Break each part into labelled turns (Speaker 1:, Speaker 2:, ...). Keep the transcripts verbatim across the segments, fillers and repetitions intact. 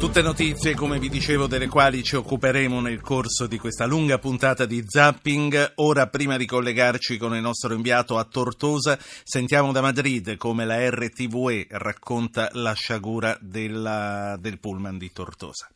Speaker 1: Tutte notizie, come vi dicevo, delle quali ci occuperemo nel corso di questa lunga puntata di Zapping. Ora, prima di collegarci con il nostro inviato a Tortosa, sentiamo da Madrid come la R T V E racconta la sciagura della, del pullman di Tortosa.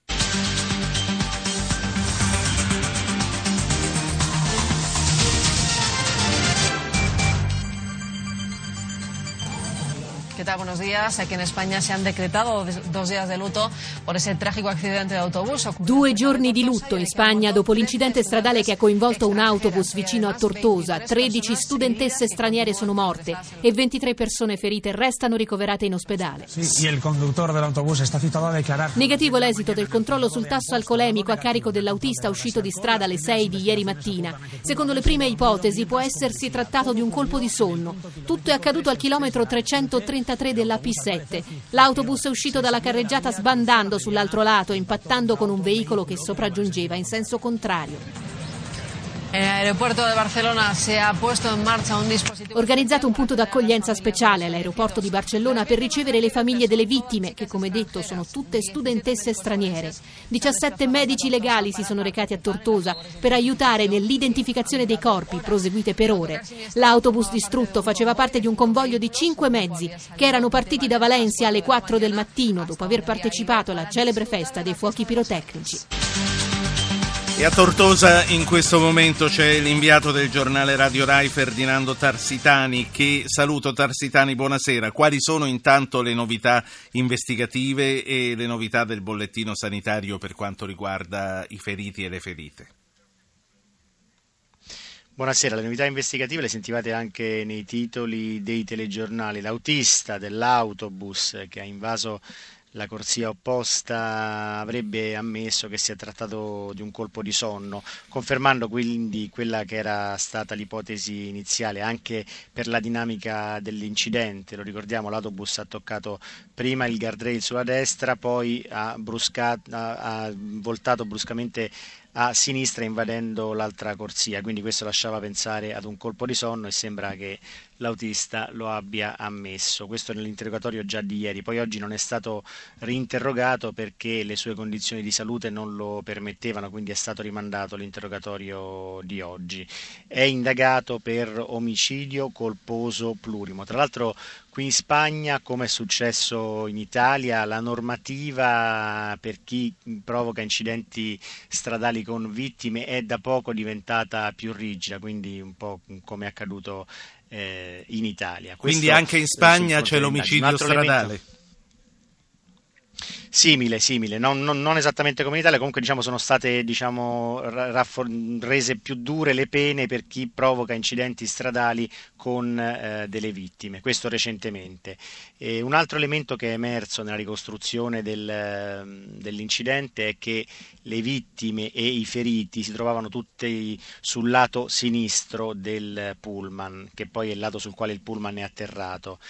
Speaker 2: ¿Qué tal? Buenos días. Aquí en España se han decretado dos días de luto por ese trágico accidente de autobús.
Speaker 3: Due giorni di lutto in Spagna dopo l'incidente stradale che ha coinvolto un autobus vicino a Tortosa. tredici studentesse straniere sono morte e ventitré persone ferite restano ricoverate in ospedale.
Speaker 4: Sì, e il conduttore dell'autobus è citato a dichiarare.
Speaker 3: Negativo l'esito del controllo sul tasso alcolemico a carico dell'autista uscito di strada alle sei di ieri mattina. Secondo le prime ipotesi può essersi trattato di un colpo di sonno. Tutto è accaduto al chilometro trecentotrentatré della P sette. L'autobus è uscito dalla carreggiata sbandando sull'altro lato, impattando con un veicolo che sopraggiungeva in senso contrario.
Speaker 2: En el aeropuerto de Barcelona se ha puesto en marcha un dispositivo.
Speaker 3: Organizzato un punto d'accoglienza speciale all'aeroporto di Barcellona per ricevere le famiglie delle vittime, che come detto sono tutte studentesse straniere. diciassette medici legali si sono recati a Tortosa per aiutare nell'identificazione dei corpi, proseguite per ore. L'autobus distrutto faceva parte di un convoglio di cinque mezzi che erano partiti da Valencia alle quattro del mattino dopo aver partecipato alla celebre festa dei fuochi pirotecnici.
Speaker 1: E a Tortosa in questo momento c'è l'inviato del giornale Radio Rai, Ferdinando Tarsitani, che saluto. Tarsitani, buonasera. Quali sono intanto le novità investigative e le novità del bollettino sanitario per quanto riguarda i feriti e le ferite?
Speaker 5: Buonasera, le novità investigative le sentivate anche nei titoli dei telegiornali. L'autista dell'autobus che ha invaso la corsia opposta avrebbe ammesso che si è trattato di un colpo di sonno, confermando quindi quella che era stata l'ipotesi iniziale anche per la dinamica dell'incidente. Lo ricordiamo, l'autobus ha toccato prima il guardrail sulla destra, poi ha, bruscato, ha, ha voltato bruscamente a sinistra invadendo l'altra corsia, quindi questo lasciava pensare ad un colpo di sonno e sembra che l'autista lo abbia ammesso. Questo nell'interrogatorio già di ieri, poi oggi non è stato rinterrogato perché le sue condizioni di salute non lo permettevano, quindi è stato rimandato l'interrogatorio di oggi. È indagato per omicidio colposo plurimo. Tra l'altro qui in Spagna, come è successo in Italia, la normativa per chi provoca incidenti stradali con vittime è da poco diventata più rigida, quindi un po' come è accaduto eh, in Italia.
Speaker 1: Quindi
Speaker 5: Questo
Speaker 1: anche in Spagna c'è l'omicidio stradale?
Speaker 5: Elemento. Simile, simile, non, non, non esattamente come in Italia, comunque diciamo sono state diciamo, raffor- rese più dure le pene per chi provoca incidenti stradali con eh, delle vittime, questo recentemente. E un altro elemento che è emerso nella ricostruzione del, dell'incidente è che le vittime e i feriti si trovavano tutti sul lato sinistro del pullman, che poi è il lato sul quale il pullman è atterrato,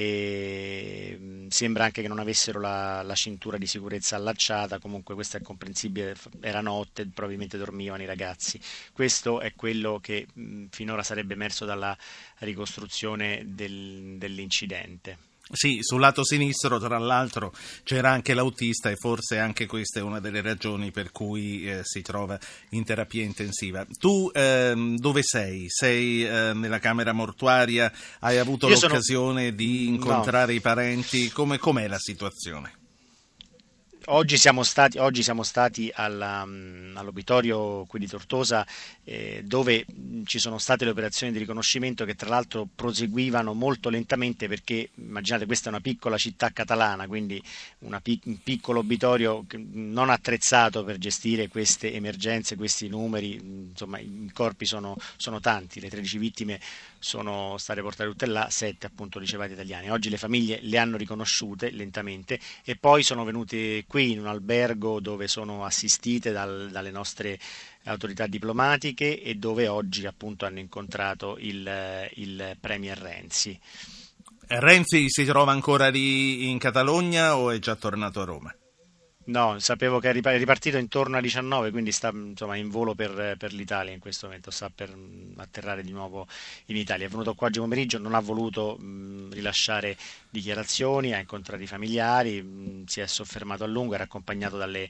Speaker 5: e sembra anche che non avessero la, la cintura di sicurezza allacciata. Comunque questo è comprensibile, era notte, probabilmente dormivano i ragazzi. Questo è quello che mh, finora sarebbe emerso dalla ricostruzione del, dell'incidente.
Speaker 1: Sì, sul lato sinistro tra l'altro c'era anche l'autista e forse anche questa è una delle ragioni per cui eh, si trova in terapia intensiva. Tu ehm, dove sei? Sei eh, nella camera mortuaria? Hai avuto
Speaker 5: Io
Speaker 1: l'occasione
Speaker 5: sono...
Speaker 1: di incontrare
Speaker 5: no.
Speaker 1: i parenti? Come, com'è la situazione?
Speaker 5: Oggi siamo stati, oggi siamo stati alla, all'obitorio qui di Tortosa eh, dove ci sono state le operazioni di riconoscimento che tra l'altro proseguivano molto lentamente perché immaginate questa è una piccola città catalana, quindi una pic- un piccolo obitorio non attrezzato per gestire queste emergenze, questi numeri, insomma i corpi sono, sono tanti, le tredici vittime sono state portate tutte là, sette appunto ricevate italiani. Oggi le famiglie le hanno riconosciute lentamente e poi sono venute qui in un albergo dove sono assistite dal, dalle nostre autorità diplomatiche e dove oggi appunto hanno incontrato il, il Premier Renzi.
Speaker 1: Renzi si trova ancora lì in Catalogna o è già tornato a Roma?
Speaker 5: No, sapevo che è ripartito intorno alle diciannove, quindi sta insomma in volo per, per l'Italia in questo momento, sta per mh, atterrare di nuovo in Italia. È venuto qua oggi pomeriggio, non ha voluto mh, rilasciare dichiarazioni, ha incontrato i familiari, mh, si è soffermato a lungo, era accompagnato dalle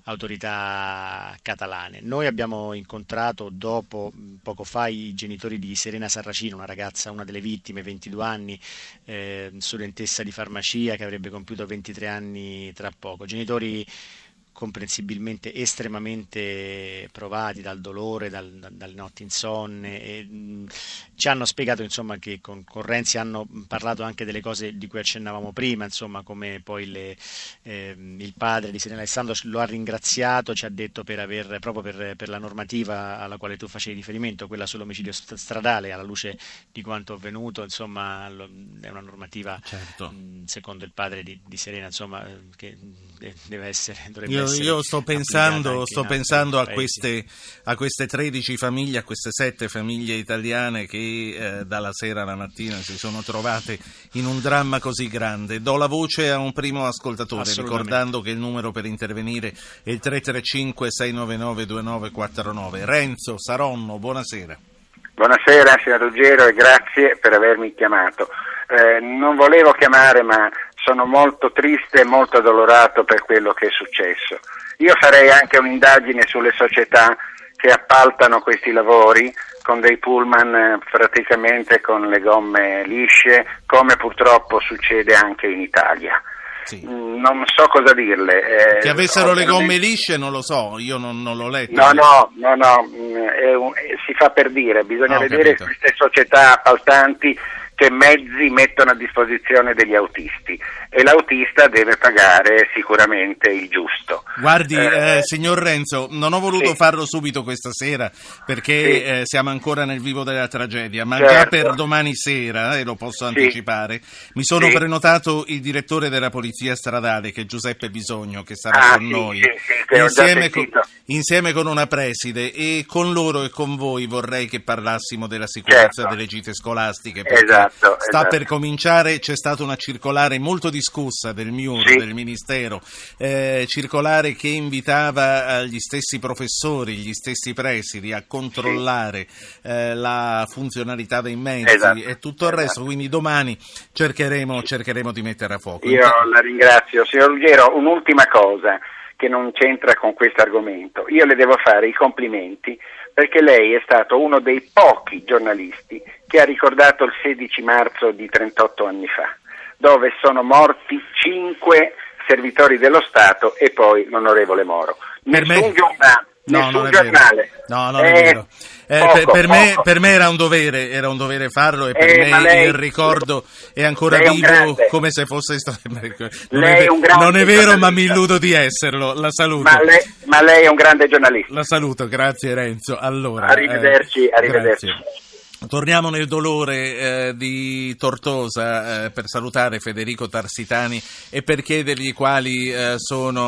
Speaker 5: autorità catalane. Noi abbiamo incontrato dopo, mh, poco fa, i genitori di Serena Sarracino, una ragazza, una delle vittime, ventidue anni, eh, studentessa di farmacia che avrebbe compiuto ventitré anni tra poco. Genitori comprensibilmente estremamente provati dal dolore, dal, da, dalle notti insonne e mh, ci hanno spiegato insomma che con, con Renzi hanno parlato anche delle cose di cui accennavamo prima, insomma come poi le, eh, il padre di Serena Alessandro lo ha ringraziato, ci ha detto per aver proprio per, per la normativa alla quale tu facevi riferimento, quella sull'omicidio stradale, alla luce di quanto avvenuto, insomma lo, è una normativa, certo, mh, secondo il padre di, di Serena, insomma che deve essere, dovrebbe
Speaker 1: io,
Speaker 5: essere
Speaker 1: io sto pensando, sto pensando a
Speaker 5: paesi.
Speaker 1: queste a queste tredici famiglie, a queste sette famiglie italiane che eh, dalla sera alla mattina si sono trovate in un dramma così grande. Do la voce a un primo ascoltatore, ricordando che il numero per intervenire è il tre tre cinque sei nove nove due nove quattro nove. Renzo Saronno, buonasera.
Speaker 6: Buonasera signor Ruggero e grazie per avermi chiamato. Eh, non volevo chiamare, ma sono molto triste e molto addolorato per quello che è successo. Io farei anche un'indagine sulle società che appaltano questi lavori con dei pullman eh, praticamente con le gomme lisce, come purtroppo succede anche in Italia. Sì. Mm, non so cosa dirle. Eh,
Speaker 1: che avessero le gomme lisce non lo so, io non, non l'ho letto.
Speaker 6: No, no, no, no, è un, si fa per dire, bisogna no, vedere capito. Queste società appaltanti che mezzi mettono a disposizione degli autisti e l'autista deve pagare sicuramente il giusto.
Speaker 1: Guardi, eh, eh, signor Renzo, non ho voluto sì. farlo subito questa sera perché sì. eh, siamo ancora nel vivo della tragedia, ma certo. già per domani sera, e eh, lo posso anticipare, sì. mi sono sì. prenotato il direttore della Polizia Stradale, che è Giuseppe Bisogno, che sarà ah, con sì, noi, sì, sì, insieme, con, insieme con una preside, e con loro e con voi vorrei che parlassimo della sicurezza certo. delle gite scolastiche, perché esatto. Sta esatto. per cominciare, c'è stata una circolare molto discussa del M I U R, sì. del Ministero, eh, circolare che invitava gli stessi professori, gli stessi presidi a controllare sì. eh, la funzionalità dei mezzi esatto. e tutto il esatto. resto, quindi domani cercheremo, cercheremo di mettere a fuoco.
Speaker 6: Io la ringrazio. Signor Ruggero, un'ultima cosa che non c'entra con questo argomento. Io le devo fare i complimenti perché lei è stato uno dei pochi giornalisti che ha ricordato il sedici marzo di trentotto anni fa, dove sono morti cinque servitori dello Stato e poi l'onorevole Moro.
Speaker 1: Per
Speaker 6: Nessun
Speaker 1: me...
Speaker 6: giornale,
Speaker 1: no,
Speaker 6: nessun
Speaker 1: non
Speaker 6: giornale.
Speaker 1: No, non è vero. Eh, poco, per, per, me, per me era un dovere, era un dovere farlo, e per eh, me lei, il ricordo è ancora vivo grande, come se fosse stato. Non,
Speaker 6: lei è, un grande
Speaker 1: non è vero, ma mi illudo di esserlo. La saluto.
Speaker 6: Ma lei, ma lei è un grande giornalista.
Speaker 1: La saluto, grazie Renzo. Allora,
Speaker 6: arrivederci,
Speaker 1: eh,
Speaker 6: arrivederci.
Speaker 1: Grazie. Torniamo nel dolore eh, di Tortosa eh, per salutare Federico Tarsitani e per chiedergli quali eh,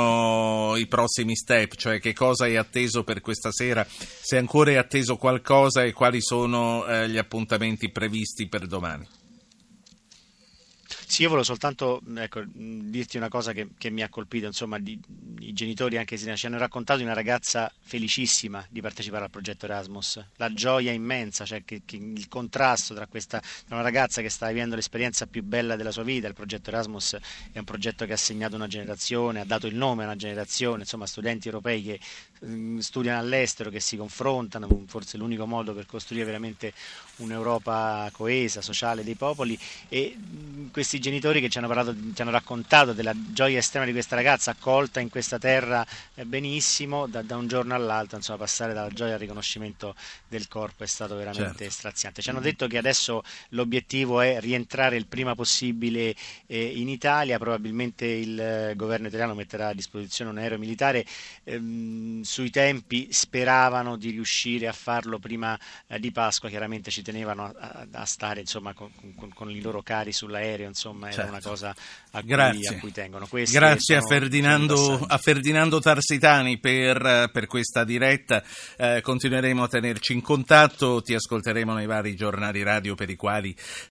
Speaker 1: sono i prossimi step, cioè che cosa è atteso per questa sera, se ancora è atteso qualcosa, e quali sono eh, gli appuntamenti previsti per domani.
Speaker 5: Sì, io volevo soltanto ecco, dirti una cosa che, che mi ha colpito, insomma, di, i genitori anche ci hanno raccontato di una ragazza felicissima di partecipare al progetto Erasmus, la gioia immensa, cioè che, che il contrasto tra questa tra una ragazza che sta vivendo l'esperienza più bella della sua vita. Il progetto Erasmus è un progetto che ha segnato una generazione, ha dato il nome a una generazione, insomma, studenti europei che mh, studiano all'estero, che si confrontano, forse l'unico modo per costruire veramente un'Europa coesa, sociale dei popoli, e mh, questi genitori che ci hanno parlato, ci hanno raccontato della gioia estrema di questa ragazza accolta in questa terra eh, benissimo, da, da un giorno all'altro, insomma, passare dalla gioia al riconoscimento del corpo è stato veramente certo. straziante. Ci hanno detto che adesso l'obiettivo è rientrare il prima possibile eh, in Italia, probabilmente il eh, governo italiano metterà a disposizione un aereo militare, ehm, sui tempi speravano di riuscire a farlo prima eh, di Pasqua, chiaramente ci tenevano a, a, a stare insomma con, con, con i loro cari sull'aereo, insomma certo. era una cosa a cui, a cui tengono. Questi
Speaker 1: Grazie
Speaker 5: sono,
Speaker 1: a Ferdinando, a Ferdinando Tarsitani per, per questa diretta, eh, continueremo a tenerci in contatto, ti ascolteremo nei vari giornali radio per i quali